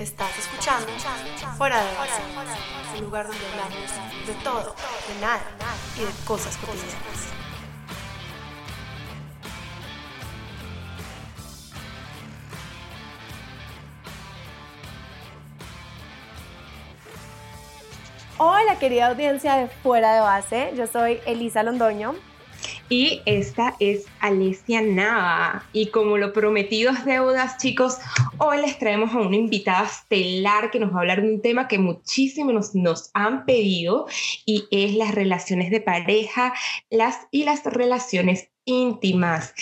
Estás escuchando Fuera de Base, un lugar donde hablamos de todo, de nada y de cosas cotidianas. Hola querida audiencia de Fuera de Base, yo soy Elisa Londoño. Y esta es Alesia Nava. Y como lo prometido es deudas, chicos, hoy les traemos a una invitada estelar que nos va a hablar de un tema que muchísimos nos han pedido y es las relaciones de pareja las relaciones íntimas.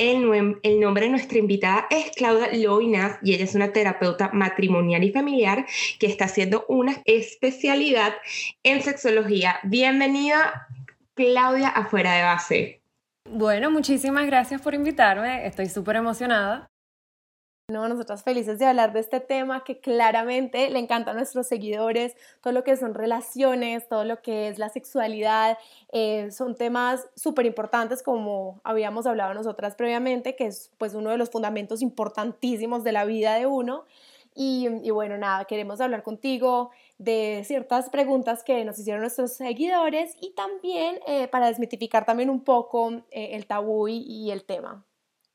El nombre de nuestra invitada es Claudia Loinaz y ella es una terapeuta matrimonial y familiar que está haciendo una especialidad en sexología. Bienvenida, Claudia, a Fuera de Base. Bueno, muchísimas gracias por invitarme, estoy súper emocionada. Nosotras felices de hablar de este tema que claramente le encanta a nuestros seguidores, todo lo que son relaciones, todo lo que es la sexualidad, son temas súper importantes como habíamos hablado nosotras previamente, que es pues uno de los fundamentos importantísimos de la vida de uno. Y bueno, nada, queremos hablar contigo de ciertas preguntas que nos hicieron nuestros seguidores y también para desmitificar también un poco el tabú y el tema.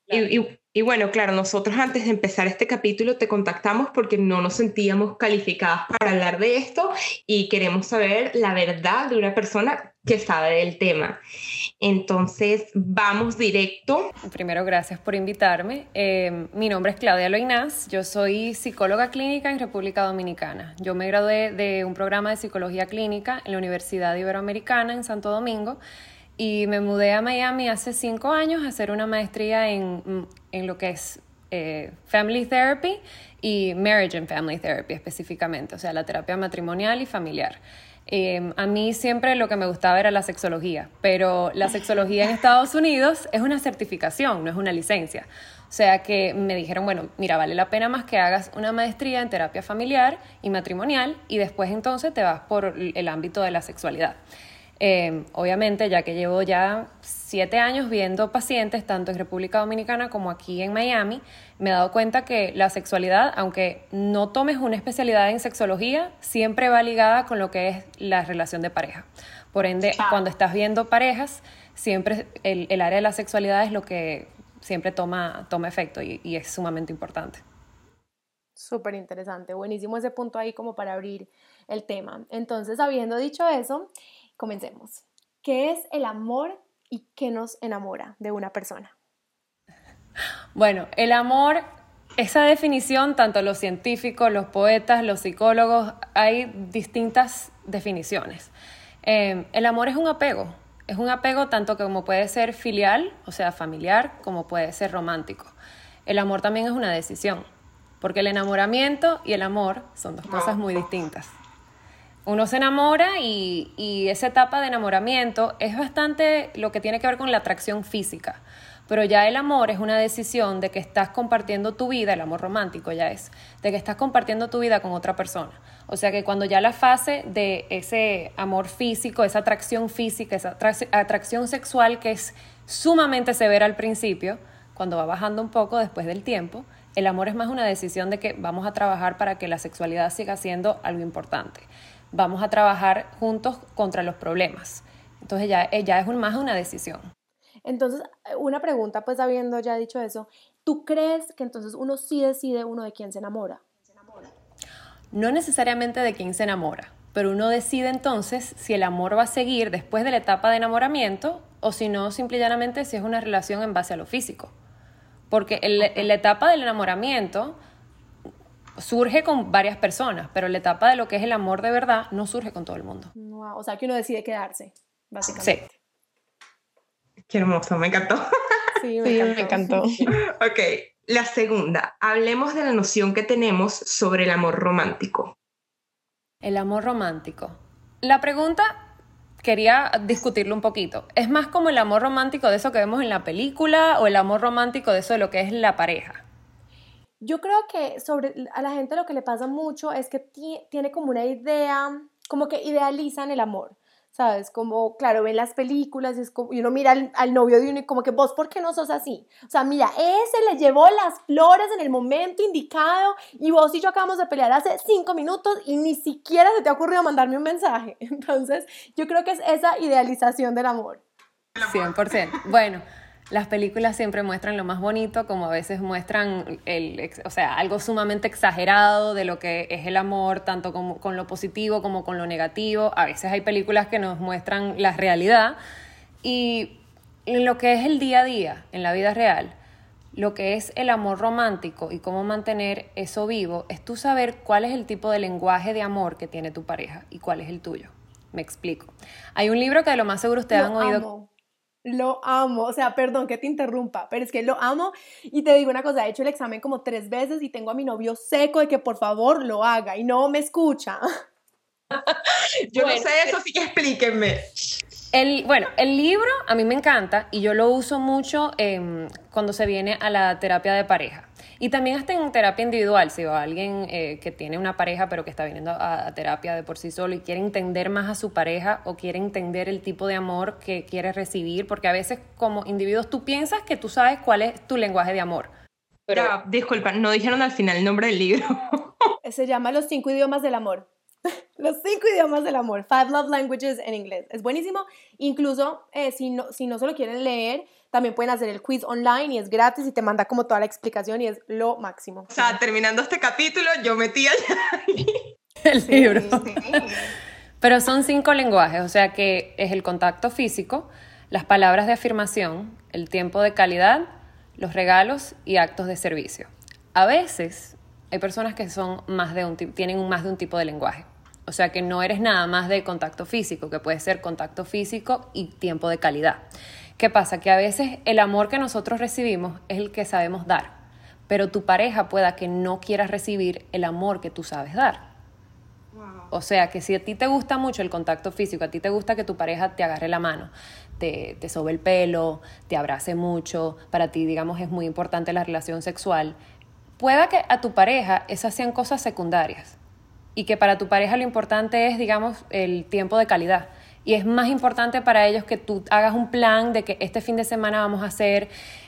Y bueno, claro, nosotros antes de empezar este capítulo te contactamos porque no nos sentíamos calificadas para hablar de esto y queremos saber la verdad de una persona que sabe del tema. Entonces, vamos directo. Primero, gracias por invitarme. Mi nombre es Claudia Loinaz, yo soy psicóloga clínica en República Dominicana. Yo me gradué de un programa de psicología clínica en la Universidad Iberoamericana en Santo Domingo y me mudé a Miami hace 5 años a hacer una maestría en lo que es Family Therapy y Marriage and Family Therapy específicamente, o sea, la terapia matrimonial y familiar. A mí siempre lo que me gustaba era la sexología, pero la sexología en Estados Unidos es una certificación, no es una licencia. O sea que me dijeron, bueno, mira, vale la pena más que hagas una maestría en terapia familiar y matrimonial y después entonces te vas por el ámbito de la sexualidad. Obviamente, ya que llevo ya 7 años viendo pacientes tanto en República Dominicana como aquí en Miami, me he dado cuenta que la sexualidad, aunque no tomes una especialidad en sexología, siempre va ligada con lo que es la relación de pareja. Por ende, cuando estás viendo parejas, siempre el área de la sexualidad es lo que siempre toma efecto y es sumamente importante. Súper interesante, buenísimo ese punto ahí como para abrir el tema. Entonces, habiendo dicho eso, comencemos. ¿Qué es el amor y qué nos enamora de una persona? Bueno, el amor, esa definición, tanto los científicos, los poetas, los psicólogos, hay distintas definiciones. El amor es un apego tanto como puede ser filial, o sea, familiar, como puede ser romántico. El amor también es una decisión, porque el enamoramiento y el amor son dos cosas muy distintas. Uno se enamora y esa etapa de enamoramiento es bastante lo que tiene que ver con la atracción física. Pero ya el amor es una decisión de que estás compartiendo tu vida, el amor romántico ya es, de que estás compartiendo tu vida con otra persona. O sea que cuando ya la fase de ese amor físico, esa atracción física, esa atracción sexual que es sumamente severa al principio, cuando va bajando un poco después del tiempo, el amor es más una decisión de que vamos a trabajar para que la sexualidad siga siendo algo importante. Vamos a trabajar juntos contra los problemas. Entonces ya es más una decisión. Entonces, una pregunta, pues habiendo ya dicho eso, ¿tú crees que entonces uno sí decide uno de quién se enamora? No necesariamente de quién se enamora, pero uno decide entonces si el amor va a seguir después de la etapa de enamoramiento o si no, simple y llanamente si es una relación en base a lo físico. Porque en la etapa del enamoramiento surge con varias personas, pero la etapa de lo que es el amor de verdad no surge con todo el mundo. Wow, o sea que uno decide quedarse, básicamente. Sí. Qué hermoso, me encantó. Sí, me encantó. Ok, la segunda. Hablemos de la noción que tenemos sobre el amor romántico. El amor romántico. La pregunta, quería discutirlo un poquito. ¿Es más como el amor romántico de eso que vemos en la película o el amor romántico de eso de lo que es la pareja? Yo creo que a la gente lo que le pasa mucho es que tiene como una idea, como que idealizan el amor. O ¿sabes? Como, claro, ven las películas y uno mira al novio de uno y como que vos, ¿por qué no sos así? O sea, mira, ese le llevó las flores en el momento indicado y vos y yo acabamos de pelear hace 5 minutos y ni siquiera se te ha ocurrido mandarme un mensaje. Entonces, yo creo que es esa idealización del amor. 100%. Bueno, las películas siempre muestran lo más bonito, como a veces muestran algo sumamente exagerado de lo que es el amor, tanto con lo positivo como con lo negativo. A veces hay películas que nos muestran la realidad y en lo que es el día a día, en la vida real, lo que es el amor romántico y cómo mantener eso vivo, es tú saber cuál es el tipo de lenguaje de amor que tiene tu pareja y cuál es el tuyo. Me explico. Hay un libro que de lo más seguro ustedes han oído. Lo amo, o sea, perdón que te interrumpa, pero es que lo amo y te digo una cosa, he hecho el examen como 3 veces y tengo a mi novio seco de que por favor lo haga y no me escucha. Yo no sé eso, sí que explíquenme. El libro a mí me encanta y yo lo uso mucho cuando se viene a la terapia de pareja. Y también hasta en terapia individual, si va alguien que tiene una pareja pero que está viniendo a terapia de por sí solo y quiere entender más a su pareja o quiere entender el tipo de amor que quiere recibir, porque a veces como individuos tú piensas que tú sabes cuál es tu lenguaje de amor. Pero ya, disculpa, no dijeron al final el nombre del libro. Se llama Los 5 idiomas del amor. Los 5 idiomas del amor, 5 love languages en inglés. Es buenísimo. Incluso si no se lo quieren leer, también pueden hacer el quiz online y es gratis y te manda como toda la explicación y es lo máximo. O sea, terminando este capítulo, yo metí el libro. Sí. Pero son 5 lenguajes, o sea que es el contacto físico, las palabras de afirmación, el tiempo de calidad, los regalos y actos de servicio. A veces hay personas que son tienen más de un tipo de lenguaje. O sea que no eres nada más de contacto físico, que puede ser contacto físico y tiempo de calidad. ¿Qué pasa? Que a veces el amor que nosotros recibimos es el que sabemos dar, pero tu pareja pueda que no quiera recibir el amor que tú sabes dar. Wow. O sea que si a ti te gusta mucho el contacto físico, a ti te gusta que tu pareja te agarre la mano, te sobe el pelo, te abrace mucho, para ti, digamos, es muy importante la relación sexual, pueda que a tu pareja esas sean cosas secundarias y que para tu pareja lo importante es, digamos, el tiempo de calidad. Y es más importante para ellos que tú hagas un plan de que este fin de semana vamos a hacer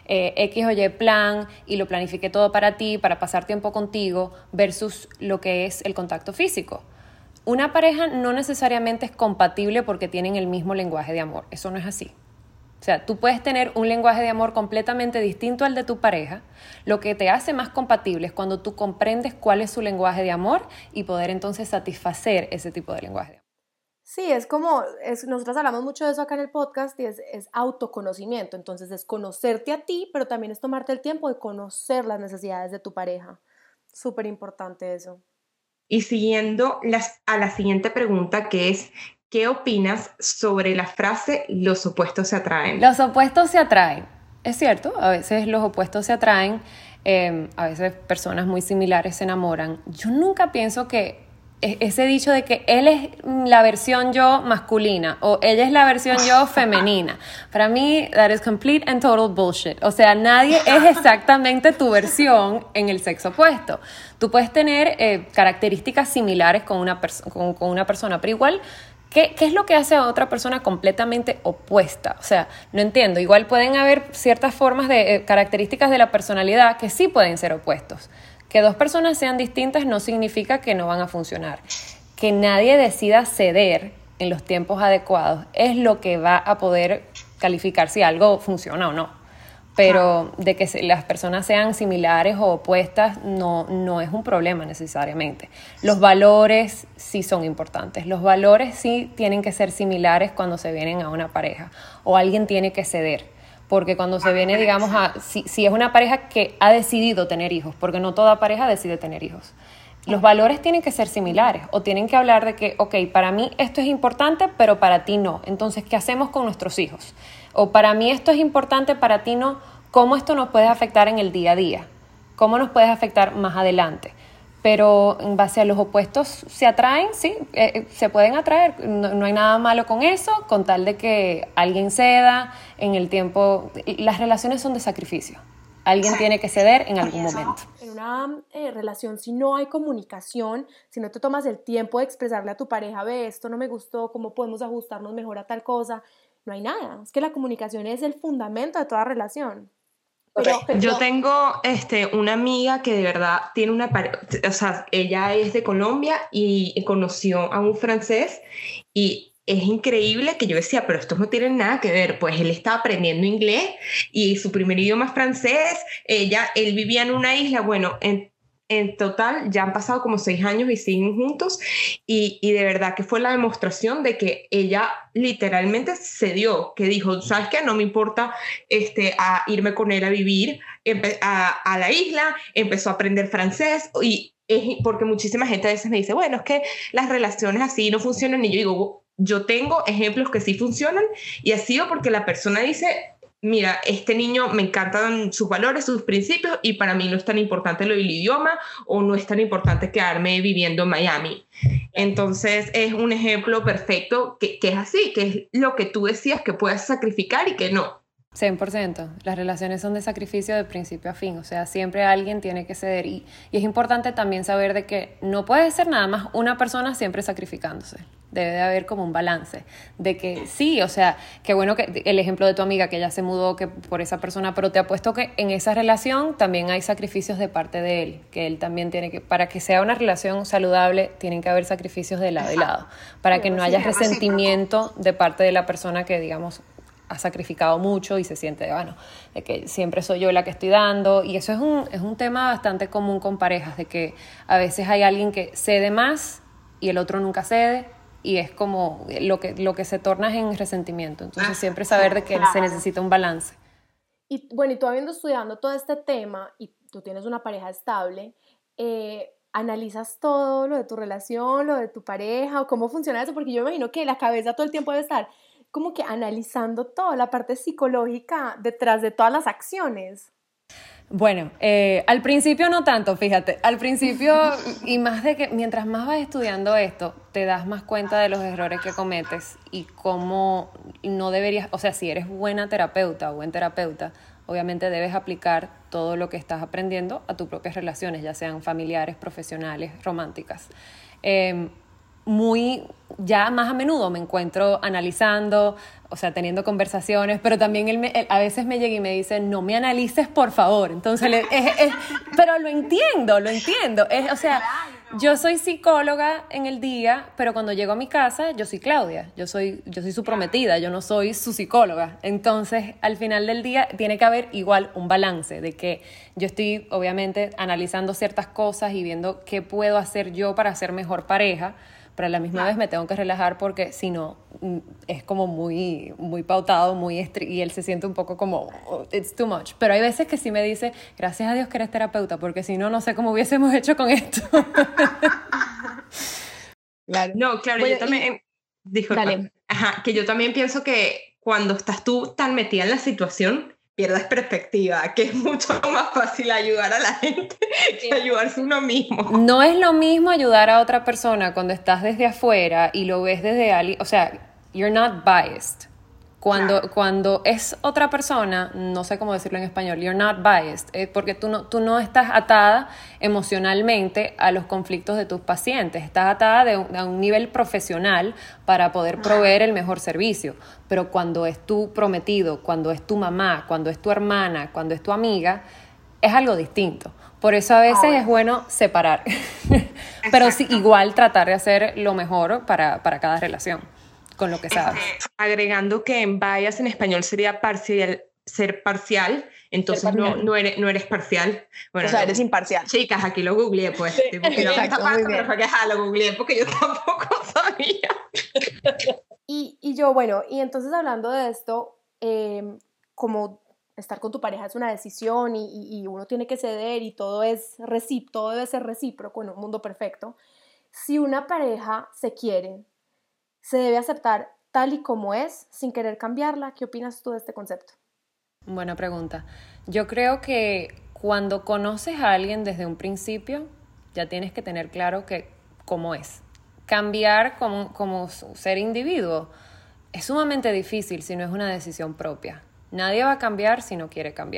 X o Y plan y lo planifique todo para ti, para pasar tiempo contigo, versus lo que es el contacto físico. Una pareja no necesariamente es compatible porque tienen el mismo lenguaje de amor. Eso no es así. O sea, tú puedes tener un lenguaje de amor completamente distinto al de tu pareja. Lo que te hace más compatible es cuando tú comprendes cuál es su lenguaje de amor y poder entonces satisfacer ese tipo de lenguaje de amor. Sí, nosotros hablamos mucho de eso acá en el podcast y es autoconocimiento. Entonces es conocerte a ti, pero también es tomarte el tiempo de conocer las necesidades de tu pareja. Súper importante eso. Y siguiendo a la siguiente pregunta, que es, ¿qué opinas sobre la frase los opuestos se atraen? Los opuestos se atraen. Es cierto, a veces los opuestos se atraen, a veces personas muy similares se enamoran. Yo nunca pienso que ese dicho de que él es la versión yo masculina o ella es la versión yo femenina, para mí that is complete and total bullshit. O sea, nadie es exactamente tu versión en el sexo opuesto. Tú puedes tener características similares con una persona, pero igual, ¿qué es lo que hace a otra persona completamente opuesta? O sea, no entiendo. Igual pueden haber ciertas formas de características de la personalidad que sí pueden ser opuestos. Que 2 personas sean distintas no significa que no van a funcionar. Que nadie decida ceder en los tiempos adecuados es lo que va a poder calificar si algo funciona o no. Pero de que las personas sean similares o opuestas no es un problema necesariamente. Los valores sí son importantes. Los valores sí tienen que ser similares cuando se vienen a una pareja o alguien tiene que ceder. Porque cuando se viene, digamos, si es una pareja que ha decidido tener hijos, porque no toda pareja decide tener hijos, los valores tienen que ser similares o tienen que hablar de que, ok, para mí esto es importante, pero para ti no. Entonces, ¿qué hacemos con nuestros hijos? O para mí esto es importante, para ti no. ¿Cómo esto nos puede afectar en el día a día? ¿Cómo nos puede afectar más adelante? Pero en base a los opuestos se atraen, sí, se pueden atraer, no hay nada malo con eso, con tal de que alguien ceda en el tiempo. Las relaciones son de sacrificio. alguien tiene que ceder en algún momento. En una relación, si no hay comunicación, si no te tomas el tiempo de expresarle a tu pareja, ve, esto no me gustó, cómo podemos ajustarnos mejor a tal cosa, no hay nada. Es que la comunicación es el fundamento de toda relación. Pero yo tengo una amiga que de verdad tiene una pareja, o sea, ella es de Colombia y conoció a un francés y es increíble que yo decía, pero estos no tienen nada que ver, pues él está aprendiendo inglés y su primer idioma es francés, él vivía en una isla, bueno, en total ya han pasado como 6 años y siguen juntos y de verdad que fue la demostración de que ella literalmente cedió, que dijo, ¿sabes qué? No me importa a irme con él a vivir a la isla, empezó a aprender francés y porque muchísima gente a veces me dice, bueno, es que las relaciones así no funcionan y yo digo, yo tengo ejemplos que sí funcionan y ha sido porque la persona dice, mira, este niño me encantan sus valores, sus principios y para mí no es tan importante lo del idioma o no es tan importante quedarme viviendo en Miami. Entonces es un ejemplo perfecto que es así, que es lo que tú decías que puedes sacrificar y que no. 100%. Las relaciones son de sacrificio de principio a fin, o sea, siempre alguien tiene que ceder y es importante también saber de que no puede ser nada más una persona siempre sacrificándose. Debe de haber como un balance de que sí, o sea, qué bueno que el ejemplo de tu amiga que ella se mudó que por esa persona, pero te apuesto que en esa relación también hay sacrificios de parte de él, que él también tiene que, para que sea una relación saludable, tienen que haber sacrificios de lado y lado, para que no haya resentimiento de parte de la persona que, digamos, ha sacrificado mucho y se siente, bueno, de que siempre soy yo la que estoy dando. Y eso es un tema bastante común con parejas, de que a veces hay alguien que cede más y el otro nunca cede y es como lo que se torna es en resentimiento. Entonces siempre saber de que se necesita un balance. Y bueno, y tú habiendo estudiado todo este tema y tú tienes una pareja estable, ¿analizas todo lo de tu relación, lo de tu pareja o cómo funciona eso? Porque yo me imagino que la cabeza todo el tiempo debe estar como que analizando toda la parte psicológica detrás de todas las acciones. Bueno, al principio no tanto, fíjate, al principio y más de que mientras más vas estudiando esto, te das más cuenta de los errores que cometes y cómo no deberías, o sea, si eres buena terapeuta o buen terapeuta, obviamente debes aplicar todo lo que estás aprendiendo a tus propias relaciones, ya sean familiares, profesionales, románticas. Ya más a menudo me encuentro analizando, o sea, teniendo conversaciones, pero también él a veces me llega y me dice, no me analices, por favor. Entonces, pero lo entiendo. O sea, yo soy psicóloga en el día, pero cuando llego a mi casa, yo soy Claudia, yo soy su prometida, yo no soy su psicóloga. Entonces, al final del día, tiene que haber igual un balance de que yo estoy, obviamente, analizando ciertas cosas y viendo qué puedo hacer yo para ser mejor pareja, pero a la misma vez me tengo que relajar porque si no es como muy, muy pautado, y él se siente un poco como it's too much. Pero hay veces que sí me dice, gracias a Dios que eres terapeuta, porque si no, no sé cómo hubiésemos hecho con esto. Claro. No, claro, bueno, yo también que yo también pienso que cuando estás tú tan metida en la situación, pierdes perspectiva, que es mucho más fácil ayudar a la gente que ayudarse uno mismo. No es lo mismo ayudar a otra persona cuando estás desde afuera y lo ves desde alguien, o sea, you're not biased. Cuando es otra persona, no sé cómo decirlo en español, you're not biased, porque tú no estás atada emocionalmente a los conflictos de tus pacientes, estás atada a un nivel profesional para poder proveer el mejor servicio. Pero cuando es tu prometido, cuando es tu mamá, cuando es tu hermana, cuando es tu amiga, es algo distinto. Por eso a veces es bueno separar, pero sí, igual tratar de hacer lo mejor para cada relación. Con lo que sabes. Agregando que en bias en español sería ser parcial, entonces no eres parcial. Bueno, o sea, eres imparcial. Chicas, aquí lo googleé, pues. Sí, exacto, pero fue que lo googleé porque yo tampoco sabía. Y yo, bueno, y entonces hablando de esto, como estar con tu pareja es una decisión y uno tiene que ceder y todo debe ser recíproco en un mundo perfecto. Si una pareja se quiere, se debe aceptar tal y como es, sin querer cambiarla. ¿Qué opinas tú de este concepto? Buena pregunta. Yo creo que cuando conoces a alguien desde un principio, ya tienes que tener claro que cómo es. Cambiar como ser individuo es sumamente difícil si no es una decisión propia. Nadie va a cambiar si no quiere cambiar.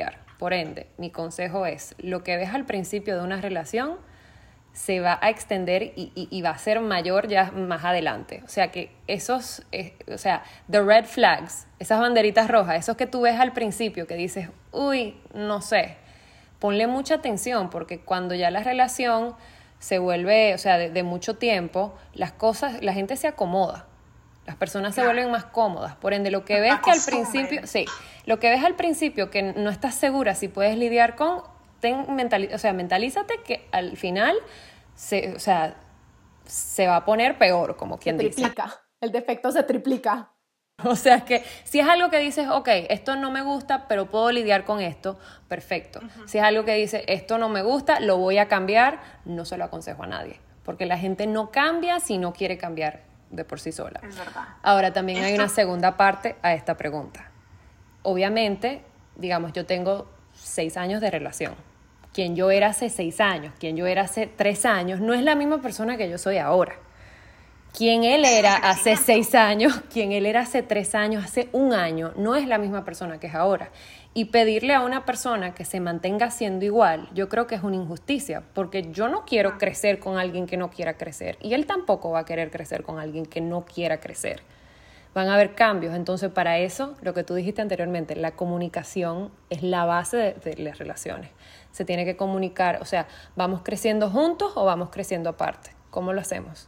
Por ende, mi consejo es, lo que ves al principio de una relación se va a extender y va a ser mayor ya más adelante. O sea, que the red flags, esas banderitas rojas, esos que tú ves al principio que dices, uy, no sé, ponle mucha atención, porque cuando ya la relación se vuelve, o sea, de mucho tiempo, la gente se acomoda. Las personas se vuelven más cómodas. Por ende, lo que ves que al principio, lo que ves al principio que no estás segura si puedes lidiar con, mentalízate que al final se va a poner peor, como quien dice. Se triplica, el defecto se triplica. O sea que si es algo que dices, ok, esto no me gusta, pero puedo lidiar con esto, perfecto. Uh-huh. Si es algo que dices, esto no me gusta, lo voy a cambiar, no se lo aconsejo a nadie. Porque la gente no cambia si no quiere cambiar de por sí sola. Es verdad. Ahora, también hay una segunda parte a esta pregunta. Obviamente, digamos, yo tengo 6 años de relación. Quien yo era hace 6 años, quien yo era hace 3 años, no es la misma persona que yo soy ahora. Quien él era hace 6 años, quien él era hace 3 años, hace 1 año, no es la misma persona que es ahora. Y pedirle a una persona que se mantenga siendo igual, yo creo que es una injusticia, porque yo no quiero crecer con alguien que no quiera crecer, y él tampoco va a querer crecer con alguien que no quiera crecer. Van a haber cambios, entonces para eso, lo que tú dijiste anteriormente, la comunicación es la base de las relaciones. Se tiene que comunicar, o sea, ¿vamos creciendo juntos o vamos creciendo aparte? ¿Cómo lo hacemos?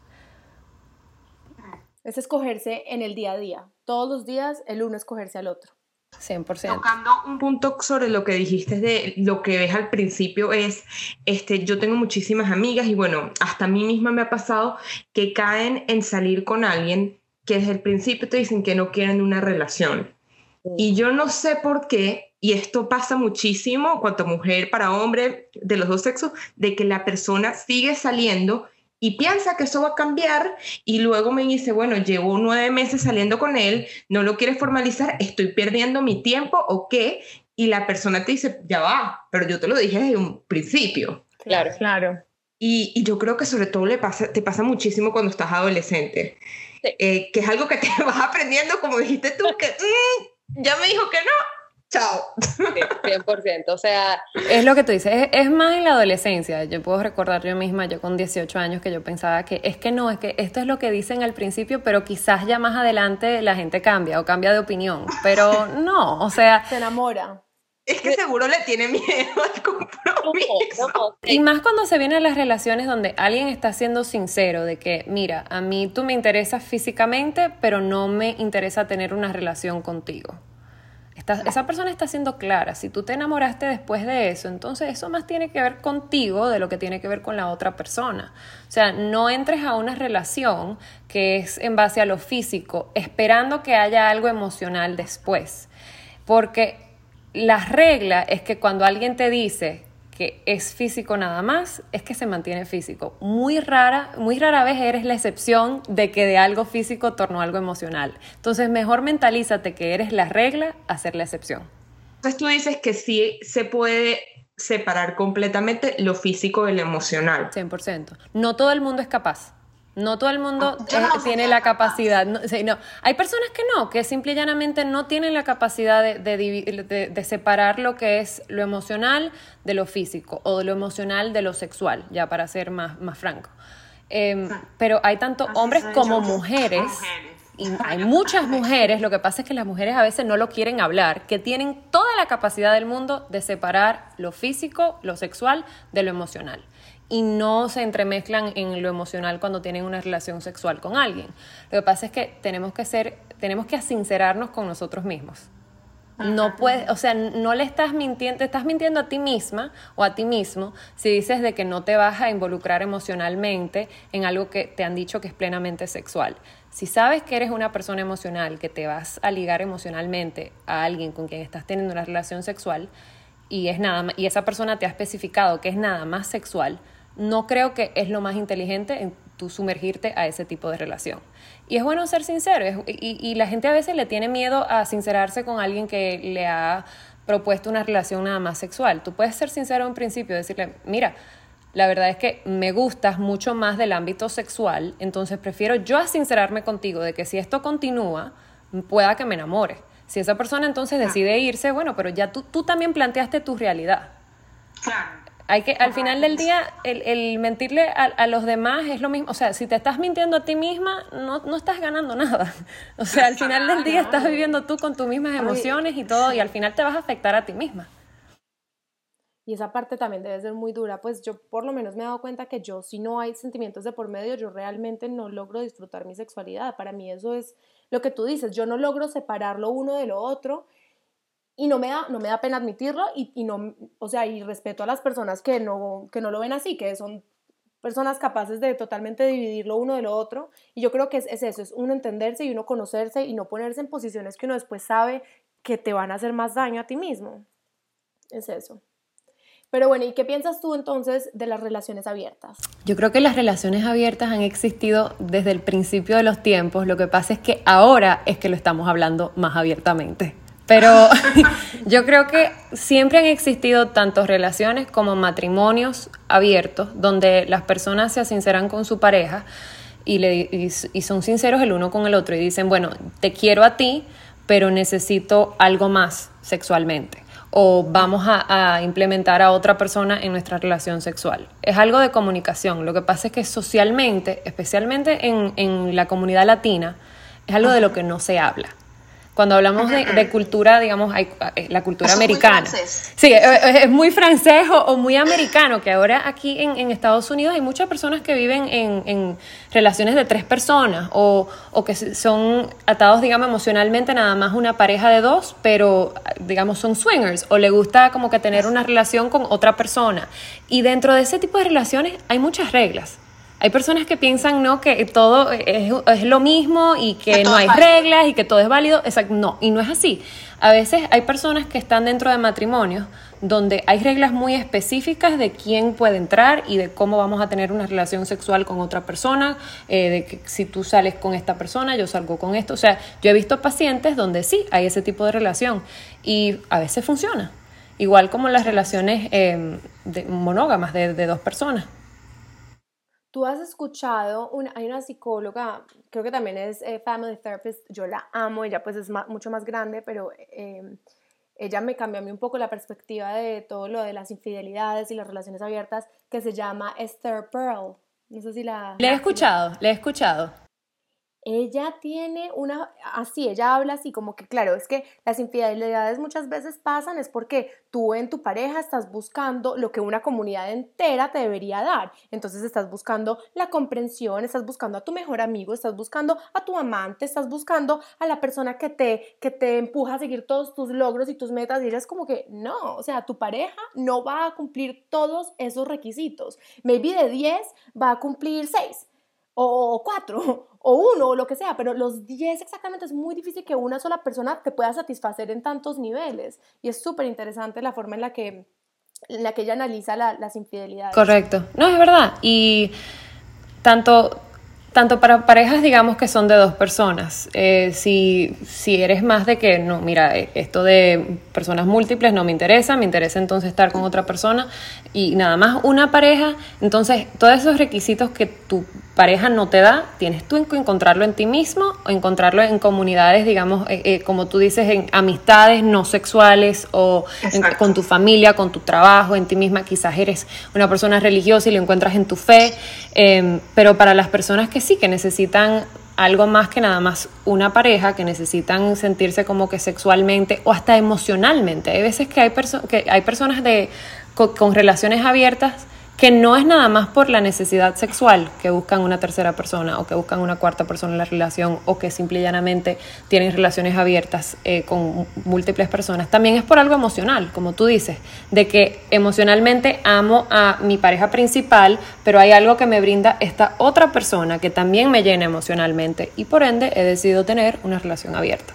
Es escogerse en el día a día. Todos los días el uno escogerse al otro. 100%. Tocando un punto sobre lo que dijiste de lo que ves al principio es, yo tengo muchísimas amigas y bueno, hasta a mí misma me ha pasado que caen en salir con alguien que desde el principio te dicen que no quieren una relación. Y yo no sé por qué, y esto pasa muchísimo, cuanto mujer para hombre, de los dos sexos, de que la persona sigue saliendo y piensa que eso va a cambiar y luego me dice, bueno, llevo 9 meses saliendo con él, no lo quieres formalizar, estoy perdiendo mi tiempo o qué, y la persona te dice, ya va, pero yo te lo dije desde un principio. Claro. Claro. Y yo creo que sobre todo te pasa muchísimo cuando estás adolescente, sí. Que es algo que te vas aprendiendo, como dijiste tú, que ya me dijo que no. Chao. Sí, 100%. O sea, es lo que tú dices, es más en la adolescencia. Yo puedo recordar yo misma, yo con 18 años, que yo pensaba que es que esto es lo que dicen al principio, pero quizás ya más adelante la gente cambia o cambia de opinión. Pero no, o sea... Se enamora. Es que seguro le tiene miedo al compromiso. No. Y más cuando se vienen las relaciones donde alguien está siendo sincero de que, mira, a mí tú me interesas físicamente, pero no me interesa tener una relación contigo. Esa persona está siendo clara. Si tú te enamoraste después de eso, entonces eso más tiene que ver contigo de lo que tiene que ver con la otra persona. O sea, no entres a una relación que es en base a lo físico, esperando que haya algo emocional después. Porque la regla es que cuando alguien te dice que es físico nada más, es que se mantiene físico. Muy rara vez eres la excepción de que de algo físico tornó algo emocional. Entonces, mejor mentalízate que eres la regla a ser la excepción. Entonces tú dices que sí se puede separar completamente lo físico de lo emocional. 100%. No todo el mundo es capaz. No todo el mundo tiene la capacidad. No, hay personas que simple y llanamente no tienen la capacidad de separar lo que es lo emocional de lo físico o de lo emocional de lo sexual, ya para ser más franco. Pero hay tanto hombres como mujeres, y hay muchas mujeres, lo que pasa es que las mujeres a veces no lo quieren hablar, que tienen toda la capacidad del mundo de separar lo físico, lo sexual, de lo emocional. Y no se entremezclan en lo emocional cuando tienen una relación sexual con alguien. Lo que pasa es que tenemos que sincerarnos con nosotros mismos. No puedes, o sea, no le estás mintiendo, te estás mintiendo a ti misma o a ti mismo si dices de que no te vas a involucrar emocionalmente en algo que te han dicho que es plenamente sexual. Si sabes que eres una persona emocional, que te vas a ligar emocionalmente a alguien con quien estás teniendo una relación sexual y esa persona te ha especificado que es nada más sexual, no creo que es lo más inteligente en tú sumergirte a ese tipo de relación. Y es bueno ser sincero, y la gente a veces le tiene miedo a sincerarse con alguien que le ha propuesto una relación nada más sexual. Tú puedes ser sincero en principio, decirle, mira, la verdad es que me gustas mucho más del ámbito sexual, entonces prefiero yo sincerarme contigo de que si esto continúa, pueda que me enamore. Si esa persona entonces decide irse, bueno, pero ya tú también planteaste tu realidad. Claro. Hay que, al final del día, el mentirle a los demás es lo mismo. O sea, si te estás mintiendo a ti misma, no estás ganando nada. O sea, al final del día estás viviendo tú con tus mismas emociones y todo, y al final te vas a afectar a ti misma. Y esa parte también debe ser muy dura, pues yo por lo menos me he dado cuenta que yo, si no hay sentimientos de por medio, yo realmente no logro disfrutar mi sexualidad. Para mí eso es lo que tú dices, yo no logro separar lo uno de lo otro. Y no me da pena admitirlo y no, o sea, y respeto a las personas que no lo ven así, que son personas capaces de totalmente dividir lo uno de lo otro. Y yo creo que es eso, es uno entenderse y uno conocerse y no ponerse en posiciones que uno después sabe que te van a hacer más daño a ti mismo. Es eso. Pero bueno, ¿y qué piensas tú entonces de las relaciones abiertas? Yo creo que las relaciones abiertas han existido desde el principio de los tiempos. Lo que pasa es que ahora es que lo estamos hablando más abiertamente. Pero yo creo que siempre han existido tanto relaciones como matrimonios abiertos, donde las personas se sinceran con su pareja y son sinceros el uno con el otro y dicen, bueno, te quiero a ti, pero necesito algo más sexualmente. O vamos a implementar a otra persona en nuestra relación sexual. Es algo de comunicación. Lo que pasa es que socialmente, especialmente en la comunidad latina, es algo de lo que no se habla. Cuando hablamos de cultura, digamos, hay la cultura eso americana. Es muy francés. Sí, es muy francés o muy americano, que ahora aquí en Estados Unidos hay muchas personas que viven en relaciones de 3 personas o que son atados, digamos, emocionalmente nada más una pareja de 2, pero, digamos, son swingers o le gusta como que tener una relación con otra persona. Y dentro de ese tipo de relaciones hay muchas reglas. Hay personas que piensan, ¿no?, que todo es lo mismo y que no hay reglas y que todo es válido. Exacto, no, y no es así. A veces hay personas que están dentro de matrimonios donde hay reglas muy específicas de quién puede entrar y de cómo vamos a tener una relación sexual con otra persona, de que si tú sales con esta persona, yo salgo con esto. O sea, yo he visto pacientes donde sí hay ese tipo de relación y a veces funciona. Igual como las relaciones monógamas de 2 personas. Tú has escuchado, hay una psicóloga, creo que también es family therapist, yo la amo, ella pues es mucho más grande, pero ella me cambió a mí un poco la perspectiva de todo lo de las infidelidades y las relaciones abiertas, que se llama Esther Perel. No sé si Le he escuchado. Ella tiene ella habla así como que, claro, es que las infidelidades muchas veces pasan es porque tú en tu pareja estás buscando lo que una comunidad entera te debería dar. Entonces estás buscando la comprensión, estás buscando a tu mejor amigo, estás buscando a tu amante, estás buscando a la persona que te empuja a seguir todos tus logros y tus metas, y ella es como que no, o sea, tu pareja no va a cumplir todos esos requisitos. Maybe de 10 va a cumplir 6 o 4 o 1 o lo que sea, pero los 10 exactamente es muy difícil que una sola persona te pueda satisfacer en tantos niveles, y es súper interesante la forma en la que ella analiza las infidelidades. Correcto, no, es verdad, y tanto para parejas, digamos, que son de 2 personas, si eres más de que, no, mira, esto de personas múltiples no me interesa entonces estar con otra persona y nada más una pareja, entonces todos esos requisitos que tu pareja no te da, tienes tú que encontrarlo en ti mismo o encontrarlo en comunidades, digamos, como tú dices, en amistades no sexuales o con tu familia, con tu trabajo, en ti misma. Quizás eres una persona religiosa y lo encuentras en tu fe, pero para las personas que sí, que necesitan algo más que nada más una pareja, que necesitan sentirse como que sexualmente o hasta emocionalmente. Hay veces que hay personas con relaciones abiertas que no es nada más por la necesidad sexual que buscan una tercera persona o que buscan una cuarta persona en la relación o que simple y llanamente tienen relaciones abiertas con múltiples personas. También es por algo emocional, como tú dices, de que emocionalmente amo a mi pareja principal, pero hay algo que me brinda esta otra persona que también me llena emocionalmente y por ende he decidido tener una relación abierta.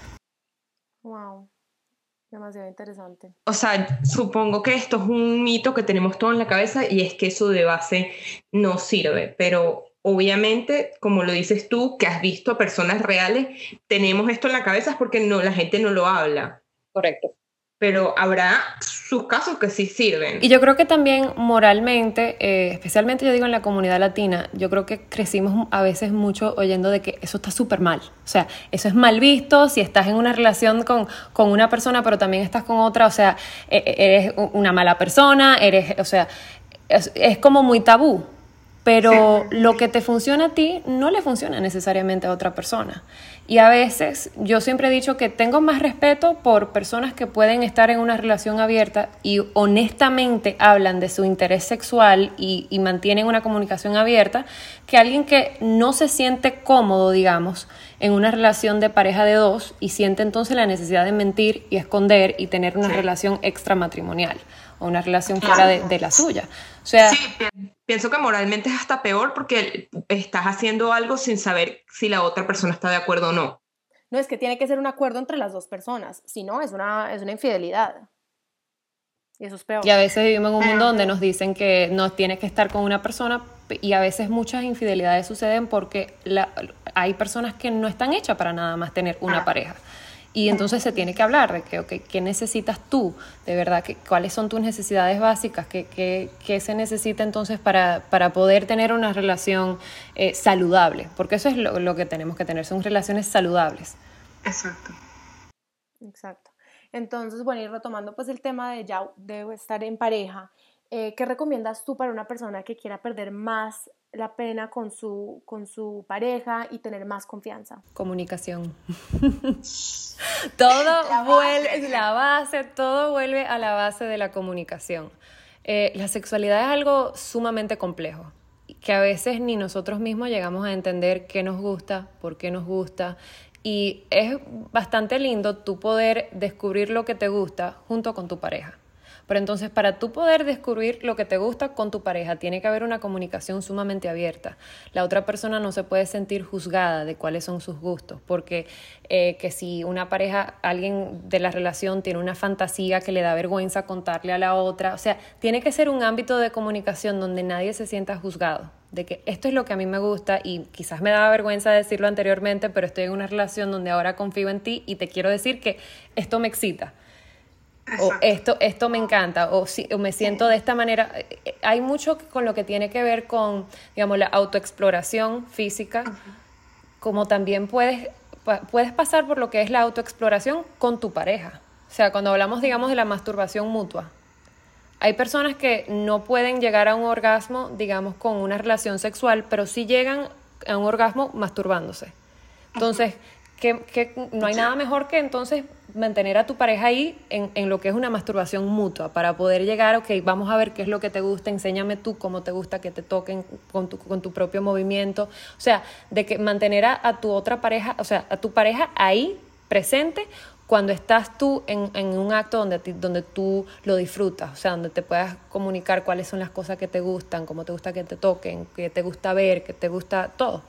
Wow. Demasiado interesante. O sea, supongo que esto es un mito que tenemos todo en la cabeza y es que eso de base no sirve, pero obviamente, como lo dices tú, que has visto a personas reales, tenemos esto en la cabeza porque la gente no lo habla. Correcto. pero habrá sus casos que sí sirven. Y yo creo que también moralmente, especialmente yo digo en la comunidad latina, yo creo que crecimos a veces mucho oyendo de que eso está súper mal. O sea, eso es mal visto si estás en una relación con una persona, pero también estás con otra. O sea, eres una mala persona, o sea, es como muy tabú. Pero lo que te funciona a ti no le funciona necesariamente a otra persona. Y a veces yo siempre he dicho que tengo más respeto por personas que pueden estar en una relación abierta y honestamente hablan de su interés sexual y mantienen una comunicación abierta, que alguien que no se siente cómodo, digamos, en una relación de pareja de dos y siente entonces la necesidad de mentir y esconder y tener una relación extramatrimonial o una relación fuera de la suya. O sea, sí, pienso que moralmente es hasta peor porque estás haciendo algo sin saber si la otra persona está de acuerdo o no. No, es que tiene que ser un acuerdo entre las dos personas, si no, es una infidelidad. Y eso es peor. Y a veces vivimos en un mundo donde nos dicen que no tienes que estar con una persona y a veces muchas infidelidades suceden porque hay personas que no están hechas para nada más tener una pareja. Y entonces se tiene que hablar de que, okay, ¿qué necesitas tú? De verdad, ¿cuáles son tus necesidades básicas? ¿Qué se necesita entonces para poder tener una relación saludable? Porque eso es lo que tenemos que tener, son relaciones saludables. Exacto. Exacto. Entonces, bueno, y retomando pues el tema de estar en pareja, ¿qué recomiendas tú para una persona que quiera perder más la pena con su pareja y tener más confianza? Comunicación. Todo vuelve a la base de la comunicación. La sexualidad es algo sumamente complejo, que a veces ni nosotros mismos llegamos a entender qué nos gusta, por qué nos gusta, y es bastante lindo tú poder descubrir lo que te gusta junto con tu pareja. Pero entonces, para tú poder descubrir lo que te gusta con tu pareja, tiene que haber una comunicación sumamente abierta. La otra persona no se puede sentir juzgada de cuáles son sus gustos, porque que si una pareja, alguien de la relación tiene una fantasía que le da vergüenza contarle a la otra, o sea, tiene que ser un ámbito de comunicación donde nadie se sienta juzgado, de que esto es lo que a mí me gusta y quizás me daba vergüenza decirlo anteriormente, pero estoy en una relación donde ahora confío en ti y te quiero decir que esto me excita. O esto me encanta, o me siento de esta manera. Hay mucho con lo que tiene que ver con, digamos, la autoexploración física, como también puedes pasar por lo que es la autoexploración con tu pareja. O sea, cuando hablamos, digamos, de la masturbación mutua, hay personas que no pueden llegar a un orgasmo, digamos, con una relación sexual, pero sí llegan a un orgasmo masturbándose. Entonces, que no hay nada mejor que entonces mantener a tu pareja ahí en lo que es una masturbación mutua para poder llegar, ok, vamos a ver qué es lo que te gusta, enséñame tú cómo te gusta que te toquen con tu propio movimiento. O sea, de que mantener a tu otra pareja, o sea, a tu pareja ahí presente cuando estás tú en un acto donde tú lo disfrutas, o sea, donde te puedas comunicar cuáles son las cosas que te gustan, cómo te gusta que te toquen, qué te gusta ver, qué te gusta todo.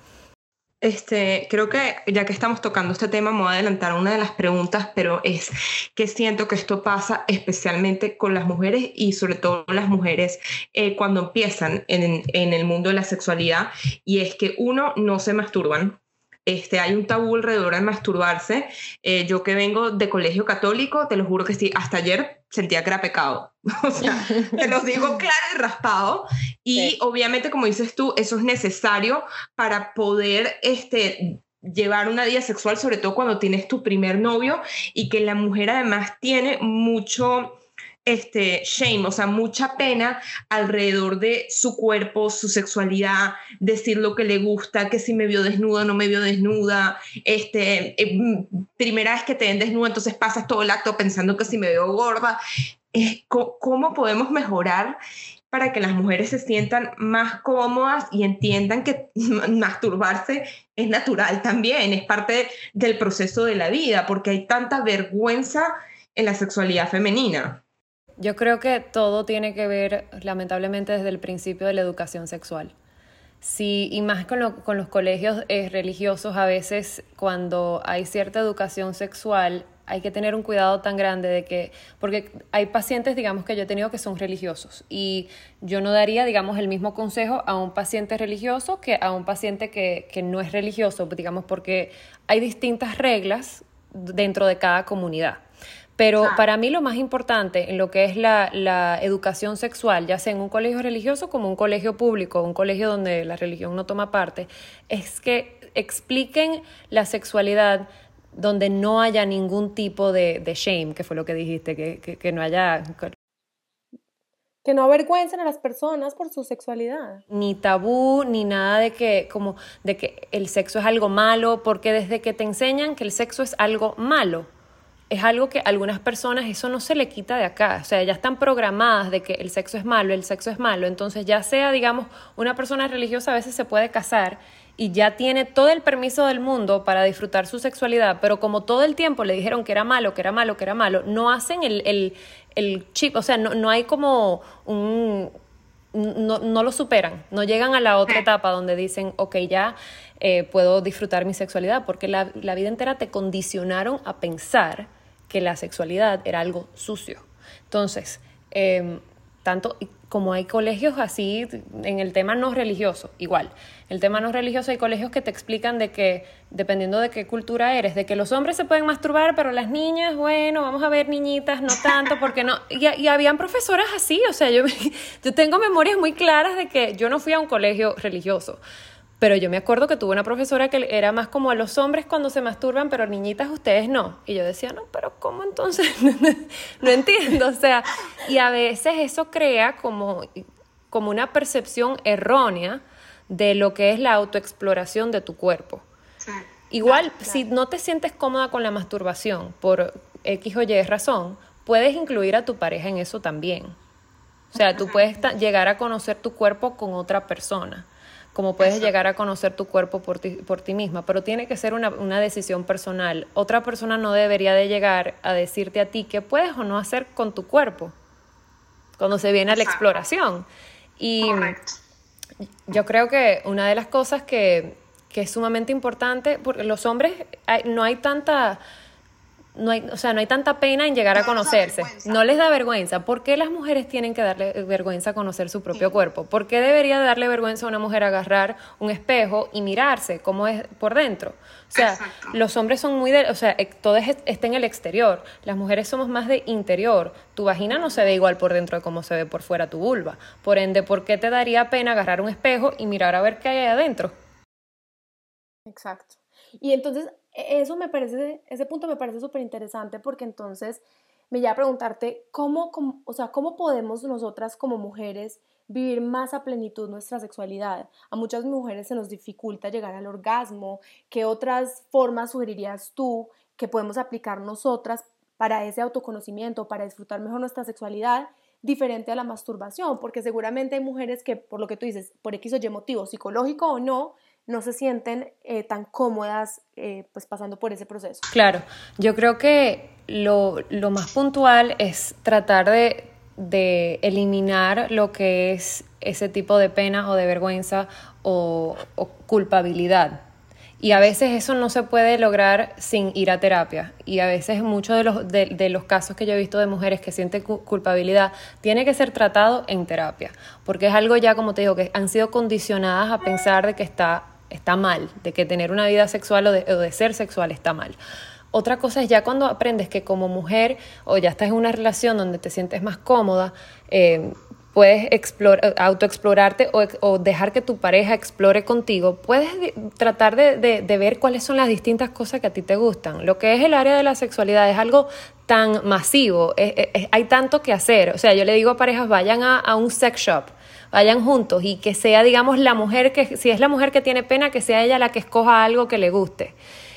Creo que ya que estamos tocando este tema, me voy a adelantar a una de las preguntas, pero es que siento que esto pasa especialmente con las mujeres y sobre todo las mujeres cuando empiezan en el mundo de la sexualidad, y es que uno, no se masturban. Hay un tabú alrededor de masturbarse. Yo que vengo de colegio católico, te lo juro que sí, hasta ayer sentía que era pecado. O sea, te lo digo claro y raspado. Y obviamente, como dices tú, eso es necesario para poder llevar una vida sexual, sobre todo cuando tienes tu primer novio, y que la mujer además tiene mucho shame, o sea, mucha pena alrededor de su cuerpo, su sexualidad, decir lo que le gusta, que si me vio desnuda, no me vio desnuda, primera vez que te ven desnuda, entonces pasas todo el acto pensando que si me veo gorda. ¿Cómo podemos mejorar para que las mujeres se sientan más cómodas y entiendan que masturbarse es natural también, es parte del proceso de la vida, porque hay tanta vergüenza en la sexualidad femenina? Yo creo que todo tiene que ver, lamentablemente, desde el principio de la educación sexual. Sí, y más con los colegios religiosos, a veces cuando hay cierta educación sexual, hay que tener un cuidado tan grande porque hay pacientes, digamos, que yo he tenido que son religiosos y yo no daría, digamos, el mismo consejo a un paciente religioso que a un paciente que no es religioso, digamos, porque hay distintas reglas dentro de cada comunidad. Pero para mí lo más importante en lo que es la educación sexual, ya sea en un colegio religioso como un colegio público, un colegio donde la religión no toma parte, es que expliquen la sexualidad donde no haya ningún tipo de shame, que fue lo que dijiste, que no haya... Que no avergüencen a las personas por su sexualidad. Ni tabú, ni nada de que el sexo es algo malo, porque desde que te enseñan que el sexo es algo malo, es algo que a algunas personas eso no se le quita de acá. O sea, ya están programadas de que el sexo es malo, entonces ya sea, digamos, una persona religiosa a veces se puede casar y ya tiene todo el permiso del mundo para disfrutar su sexualidad, pero como todo el tiempo le dijeron que era malo, no hacen el chip, o sea, no hay como no lo superan, no llegan a la otra etapa donde dicen, ok, ya puedo disfrutar mi sexualidad, porque la vida entera te condicionaron a pensar que la sexualidad era algo sucio. Entonces, tanto como hay colegios así en el tema no religioso, igual. El tema no religioso, hay colegios que te explican de que, dependiendo de qué cultura eres, de que los hombres se pueden masturbar, pero las niñas, bueno, vamos a ver niñitas, no tanto, porque no. Y habían profesoras así, o sea, yo tengo memorias muy claras de que yo no fui a un colegio religioso, pero yo me acuerdo que tuve una profesora que era más como a los hombres cuando se masturban, pero niñitas ustedes no. Y yo decía, no, pero ¿cómo entonces? No entiendo, o sea, y a veces eso crea como una percepción errónea de lo que es la autoexploración de tu cuerpo. Sí. Igual, si no te sientes cómoda con la masturbación por X o Y razón, puedes incluir a tu pareja en eso también. O sea, tú puedes llegar a conocer tu cuerpo con otra persona, como puedes llegar a conocer tu cuerpo por ti misma, pero tiene que ser una decisión personal. Otra persona no debería de llegar a decirte a ti qué puedes o no hacer con tu cuerpo cuando se viene a la exploración. Y correcto. Yo creo que una de las cosas que es sumamente importante, porque los hombres no hay tanta pena en llegar a conocerse. No les da vergüenza. ¿Por qué las mujeres tienen que darle vergüenza a conocer su propio cuerpo? ¿Por qué debería darle vergüenza a una mujer agarrar un espejo y mirarse cómo es por dentro? O sea, exacto. Los hombres son muy todo está en el exterior. Las mujeres somos más de interior. Tu vagina no se ve igual por dentro de cómo se ve por fuera tu vulva. Por ende, ¿por qué te daría pena agarrar un espejo y mirar a ver qué hay adentro? Exacto. Y entonces ese punto me parece súper interesante, porque entonces me lleva a preguntarte cómo podemos nosotras como mujeres vivir más a plenitud nuestra sexualidad. A muchas mujeres se nos dificulta llegar al orgasmo. ¿Qué otras formas sugerirías tú que podemos aplicar nosotras para ese autoconocimiento, para disfrutar mejor nuestra sexualidad, diferente a la masturbación? Porque seguramente hay mujeres que, por lo que tú dices, por X o Y motivo, psicológico o no se sienten tan cómodas pues pasando por ese proceso. Claro, yo creo que lo más puntual es tratar de eliminar lo que es ese tipo de pena o de vergüenza o culpabilidad. Y a veces eso no se puede lograr sin ir a terapia. Y a veces muchos de los casos que yo he visto de mujeres que sienten culpabilidad tiene que ser tratado en terapia. Porque es algo ya, como te digo, que han sido condicionadas a pensar de que está mal, de que tener una vida sexual o de ser sexual está mal. Otra cosa es ya cuando aprendes que como mujer o ya estás en una relación donde te sientes más cómoda, puedes autoexplorarte o dejar que tu pareja explore contigo. Puedes tratar de ver cuáles son las distintas cosas que a ti te gustan. Lo que es el área de la sexualidad es algo tan masivo, hay tanto que hacer. O sea, yo le digo a parejas, vayan a un sex shop, vayan juntos y que sea, digamos, la mujer si es la mujer que tiene pena, que sea ella la que escoja algo que le guste.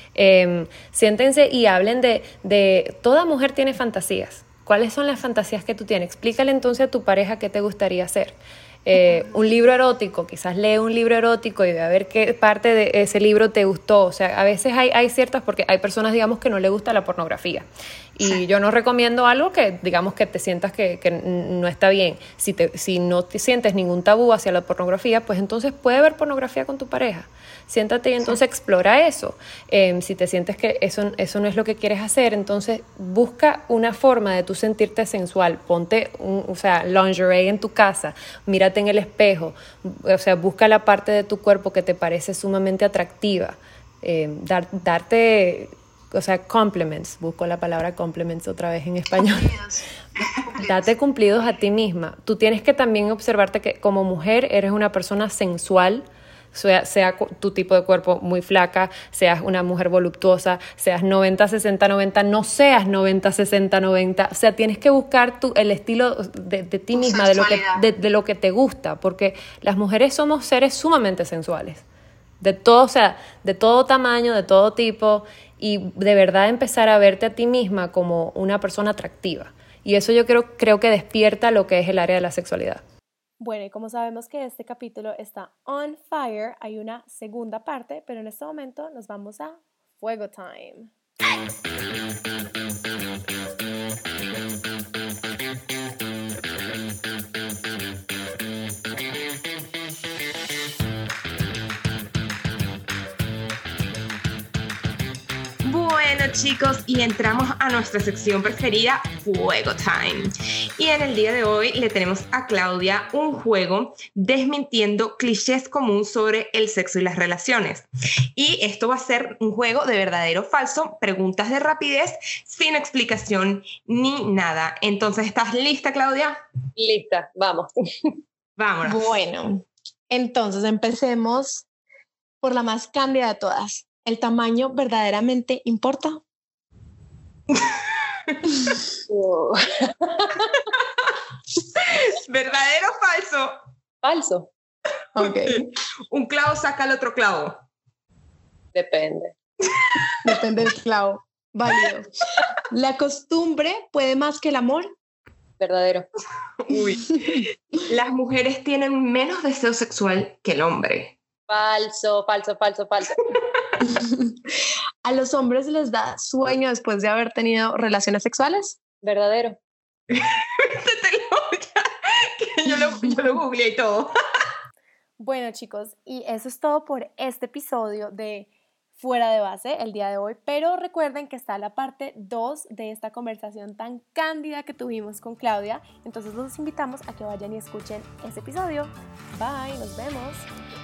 Siéntense y hablen de toda mujer tiene fantasías. ¿Cuáles son las fantasías que tú tienes? Explícale entonces a tu pareja qué te gustaría hacer. Un libro erótico, quizás lee un libro erótico y ve a ver qué parte de ese libro te gustó. O sea, a veces hay ciertas, porque hay personas, digamos, que no les gusta la pornografía. Y yo no recomiendo algo que, digamos, que te sientas que no está bien. Si no te sientes ningún tabú hacia la pornografía, pues entonces puede ver pornografía con tu pareja. Siéntate y entonces explora eso. Si te sientes que eso no es lo que quieres hacer, entonces busca una forma de tú sentirte sensual. Ponte lingerie en tu casa, mírate en el espejo, o sea, busca la parte de tu cuerpo que te parece sumamente atractiva. Darte o sea, compliments, busco la palabra compliments otra vez en español. Date cumplidos a ti misma. Tú tienes que también observarte que como mujer eres una persona sensual, sea tu tipo de cuerpo muy flaca, seas una mujer voluptuosa, seas 90, 60, 90, no seas 90, 60, 90. O sea, tienes que buscar el estilo de ti misma, de lo que te gusta, porque las mujeres somos seres sumamente sensuales. De todo, o sea, de todo tamaño, de todo tipo, y de verdad empezar a verte a ti misma como una persona atractiva. Y eso yo creo que despierta lo que es el área de la sexualidad. Bueno, y como sabemos que este capítulo está on fire, hay una segunda parte, pero en este momento nos vamos a Fuego Time. Bueno, chicos, y entramos a nuestra sección preferida, Fuego Time. Y en el día de hoy le tenemos a Claudia un juego desmintiendo clichés comunes sobre el sexo y las relaciones. Y esto va a ser un juego de verdadero o falso, preguntas de rapidez, sin explicación ni nada. Entonces, ¿estás lista, Claudia? Lista, vamos. Vámonos. Bueno, entonces empecemos por la más cándida de todas. ¿El tamaño verdaderamente importa? ¿Verdadero o falso? Falso. Ok. Un clavo saca el otro clavo. Depende. Depende del clavo. Válido. ¿La costumbre puede más que el amor? Verdadero. Uy. Las mujeres tienen menos deseo sexual que el hombre. Falso, falso, falso, falso. ¿A los hombres les da sueño después de haber tenido relaciones sexuales? Verdadero. Yo lo googleé y todo. Bueno, chicos, y eso es todo por este episodio de Fuera de Base el día de hoy, pero recuerden que está la parte 2 de esta conversación tan cándida que tuvimos con Claudia, entonces los invitamos a que vayan y escuchen ese episodio. Bye, nos vemos.